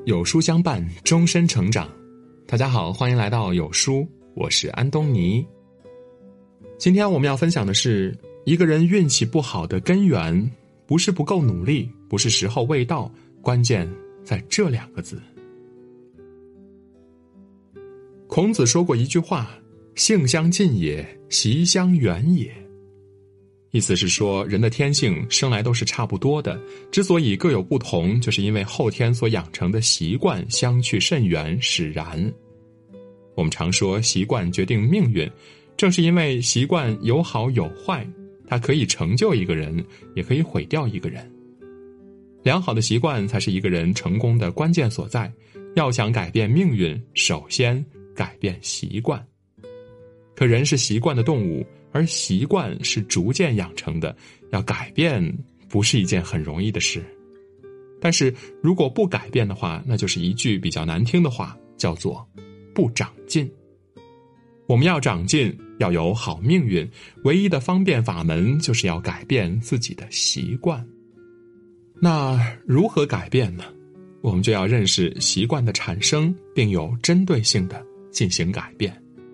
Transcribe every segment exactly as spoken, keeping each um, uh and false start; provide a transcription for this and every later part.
有书相伴，终身成长。大家好，欢迎来到有书，我是安东尼。今天我们要分享的是，一个人运气不好的根源，不是不够努力，不是时候未到，关键在这两个字。孔子说过一句话，性相近也，习相远也。意思是说，人的天性生来都是差不多的，之所以各有不同，就是因为后天所养成的习惯相去甚远，使然。我们常说习惯决定命运，正是因为习惯有好有坏，它可以成就一个人，也可以毁掉一个人。良好的习惯才是一个人成功的关键所在，要想改变命运，首先改变习惯。可人是习惯的动物，而习惯是逐渐养成的，要改变不是一件很容易的事。但是如果不改变的话，那就是一句比较难听的话，叫做不长进。我们要长进，要有好命运，唯一的方便法门就是要改变自己的习惯。那如何改变呢？我们就要认识习惯的产生，并有针对性的进行改变。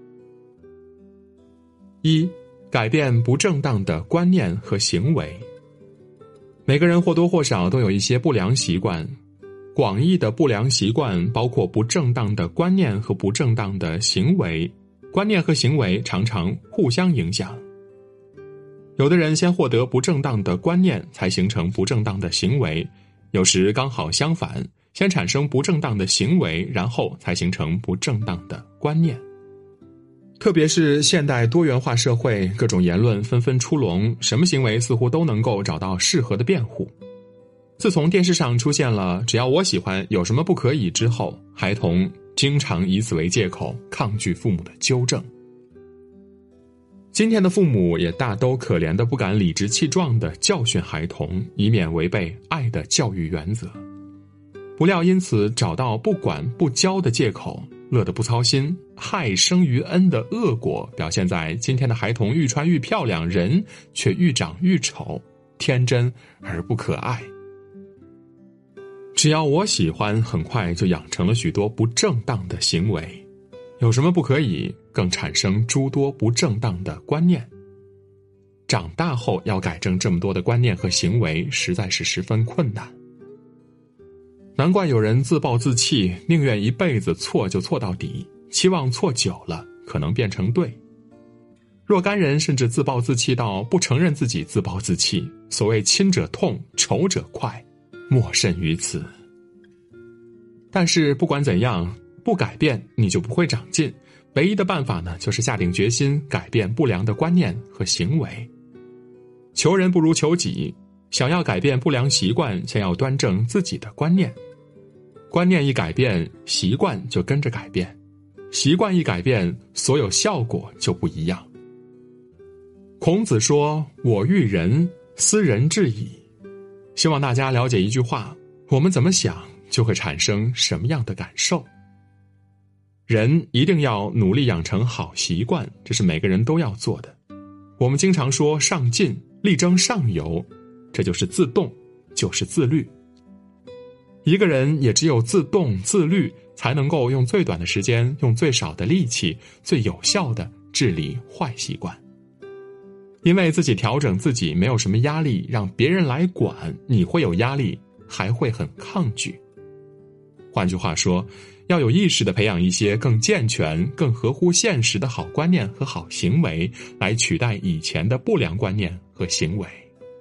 一、改变不正当的观念和行为。每个人或多或少都有一些不良习惯，广义的不良习惯包括不正当的观念和不正当的行为，观念和行为常常互相影响。有的人先获得不正当的观念，才形成不正当的行为，有时刚好相反，先产生不正当的行为，然后才形成不正当的观念。特别是现代多元化社会，各种言论纷纷出笼，什么行为似乎都能够找到适合的辩护。自从电视上出现了只要我喜欢有什么不可以之后，孩童经常以此为借口抗拒父母的纠正。今天的父母也大都可怜的不敢理直气壮地教训孩童，以免违背爱的教育原则。不料因此找到不管不教的借口，乐得不操心，害生于恩的恶果表现在今天的孩童愈穿愈漂亮，人却愈长愈丑，天真而不可爱。只要我喜欢，很快就养成了许多不正当的行为，有什么不可以，更产生诸多不正当的观念。长大后要改正这么多的观念和行为，实在是十分困难。难怪有人自暴自弃，宁愿一辈子错就错到底，期望错久了可能变成对。若干人甚至自暴自弃到不承认自己自暴自弃，所谓亲者痛，仇者快，莫甚于此。但是不管怎样，不改变你就不会长进，唯一的办法呢，就是下定决心改变不良的观念和行为。求人不如求己，想要改变不良习惯，先要端正自己的观念。观念一改变，习惯就跟着改变，习惯一改变，所有效果就不一样。孔子说，我欲仁，斯人至矣。希望大家了解一句话，我们怎么想就会产生什么样的感受。人一定要努力养成好习惯，这是每个人都要做的。我们经常说上进，力争上游，这就是自动，就是自律。一个人也只有自动自律，才能够用最短的时间，用最少的力气，最有效地治理坏习惯。因为自己调整自己没有什么压力，让别人来管，你会有压力，还会很抗拒。换句话说，要有意识地培养一些更健全、更合乎现实的好观念和好行为，来取代以前的不良观念和行为。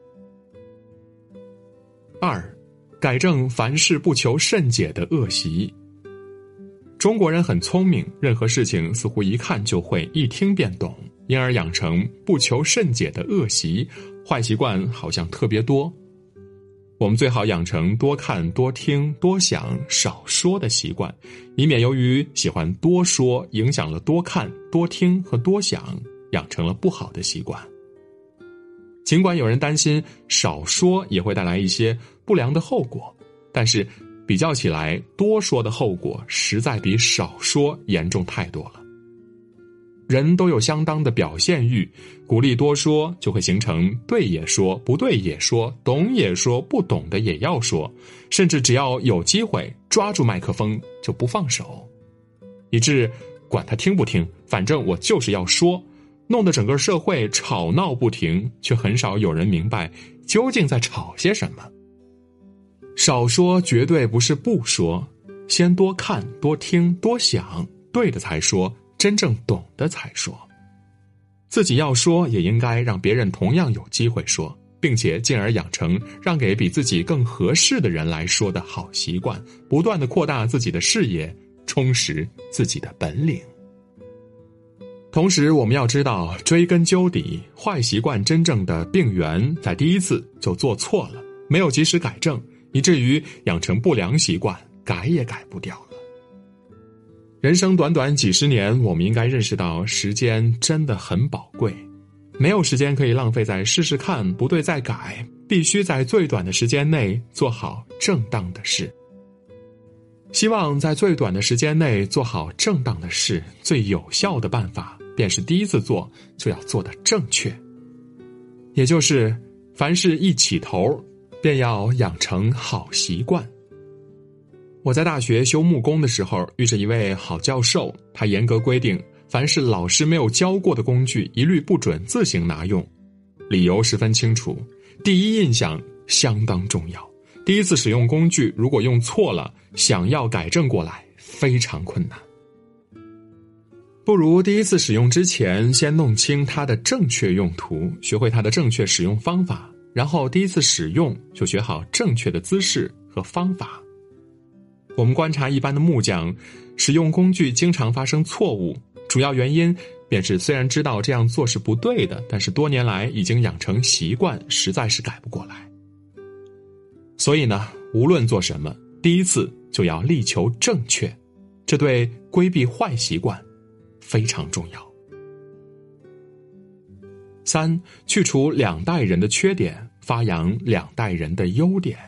二、改正凡事不求甚解的恶习。中国人很聪明，任何事情似乎一看就会，一听便懂，因而养成不求甚解的恶习，坏习惯好像特别多。我们最好养成多看、多听、多想、少说的习惯，以免由于喜欢多说，影响了多看、多听和多想，养成了不好的习惯。尽管有人担心少说也会带来一些不良的后果，但是比较起来，多说的后果实在比少说严重太多了。 人都有相当的表现欲，鼓励多说，就会形成对也说，不对也说，懂也说，不懂的也要说，甚至只要有机会抓住麦克风就不放手，以致管他听不听，反正我就是要说，弄得整个社会吵闹不停，却很少有人明白究竟在吵些什么。少说绝对不是不说，先多看多听多想，对的才说，真正懂的才说。自己要说，也应该让别人同样有机会说，并且进而养成让给比自己更合适的人来说的好习惯，不断地扩大自己的视野，充实自己的本领。同时我们要知道，追根究底，坏习惯真正的病源在第一次就做错了，没有及时改正，以至于养成不良习惯，改也改不掉了。人生短短几十年，我们应该认识到时间真的很宝贵，没有时间可以浪费在试试看，不对再改，必须在最短的时间内做好正当的事。希望在最短的时间内做好正当的事，最有效的办法便是第一次做就要做得正确，也就是凡事一起头便要养成好习惯。我在大学修木工的时候，遇着一位好教授，他严格规定，凡是老师没有教过的工具，一律不准自行拿用。理由十分清楚，第一印象相当重要。第一次使用工具，如果用错了，想要改正过来非常困难。不如第一次使用之前，先弄清它的正确用途，学会它的正确使用方法，然后第一次使用就学好正确的姿势和方法。我们观察一般的木匠，使用工具经常发生错误，主要原因便是虽然知道这样做是不对的，但是多年来已经养成习惯，实在是改不过来。所以呢，无论做什么，第一次就要力求正确，这对规避坏习惯非常重要。三，去除两代人的缺点，发扬两代人的优点。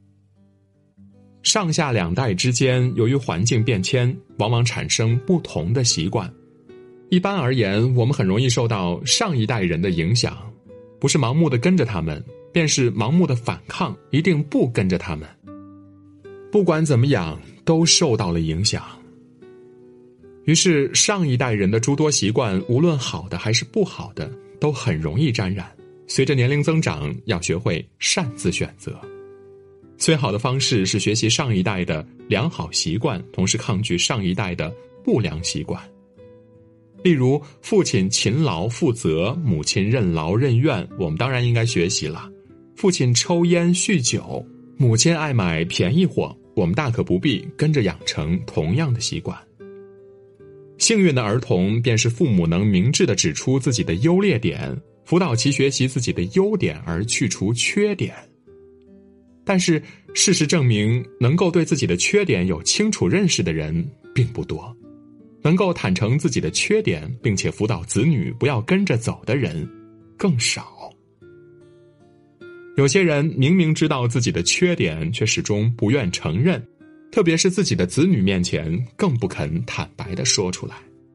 上下两代之间，由于环境变迁，往往产生不同的习惯。一般而言，我们很容易受到上一代人的影响，不是盲目的跟着他们，便是盲目的反抗，一定不跟着他们。不管怎么样，都受到了影响。于是上一代人的诸多习惯，无论好的还是不好的，都很容易沾染。随着年龄增长，要学会擅自选择。最好的方式是学习上一代的良好习惯，同时抗拒上一代的不良习惯。例如，父亲勤劳负责，母亲任劳任怨，我们当然应该学习了。父亲抽烟酗酒，母亲爱买便宜货，我们大可不必跟着养成同样的习惯。幸运的儿童便是父母能明智地指出自己的优劣点，辅导其学习自己的优点而去除缺点。但是事实证明，能够对自己的缺点有清楚认识的人并不多，能够坦诚自己的缺点并且辅导子女不要跟着走的人更少。有些人明明知道自己的缺点，却始终不愿承认，特别是自己的子女面前更不肯坦白地说出来。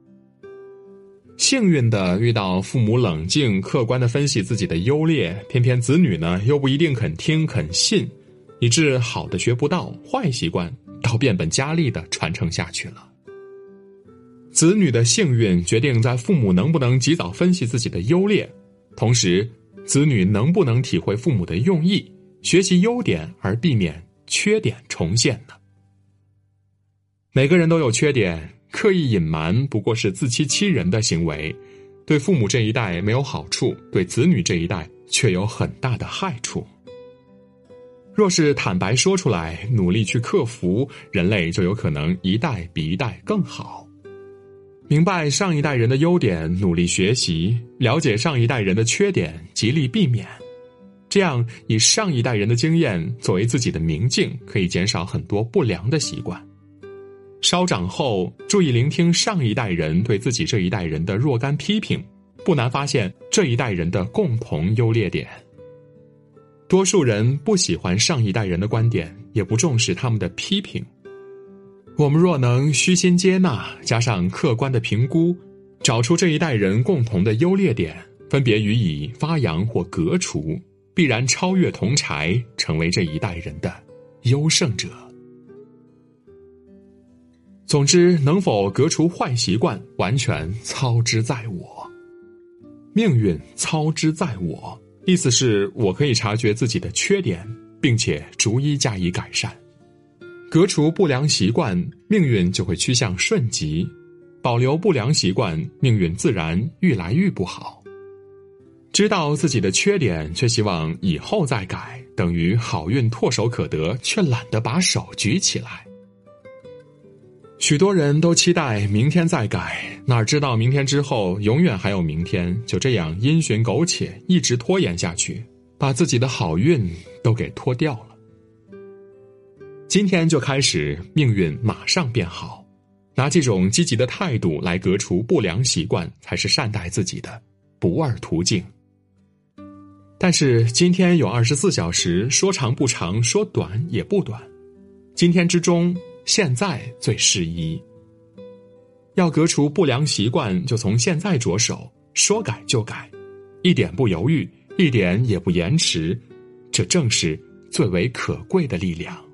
幸运的遇到父母冷静客观地分析自己的优劣，偏偏子女呢又不一定肯听肯信，以致好的学不到，坏习惯倒变本加厉地传承下去了。子女的幸运决定在父母能不能及早分析自己的优劣，同时子女能不能体会父母的用意，学习优点而避免缺点重现呢？每个人都有缺点，刻意隐瞒不过是自欺欺人的行为，对父母这一代没有好处，对子女这一代却有很大的害处。若是坦白说出来，努力去克服，人类就有可能一代比一代更好。明白上一代人的优点，努力学习，了解上一代人的缺点，极力避免。这样以上一代人的经验作为自己的明镜，可以减少很多不良的习惯。稍长后，注意聆听上一代人对自己这一代人的若干批评，不难发现这一代人的共同优劣点。多数人不喜欢上一代人的观点，也不重视他们的批评。我们若能虚心接纳，加上客观的评估， 找出这一代人共同的优劣点，分别予以发扬或革除，必然超越同儕，成为这一代人的优胜者。总之，能否革除坏习惯，完全操之在我。命运操之在我，意思是我可以察觉自己的缺点，并且逐一加以改善。革除不良习惯，命运就会趋向顺极；保留不良习惯，命运自然愈来愈不好。知道自己的缺点，却希望以后再改，等于好运唾手可得，却懒得把手举起来。许多人都期待明天再改，哪知道明天之后永远还有明天，就这样因循苟且，一直拖延下去，把自己的好运都给拖掉了。今天就开始，命运马上变好。拿这种积极的态度来革除不良习惯，才是善待自己的不二途径。但是今天有二十四小时，说长不长，说短也不短。今天之中，现在最适宜。要革除不良习惯，就从现在着手，说改就改，一点不犹豫，一点也不延迟，这正是最为可贵的力量。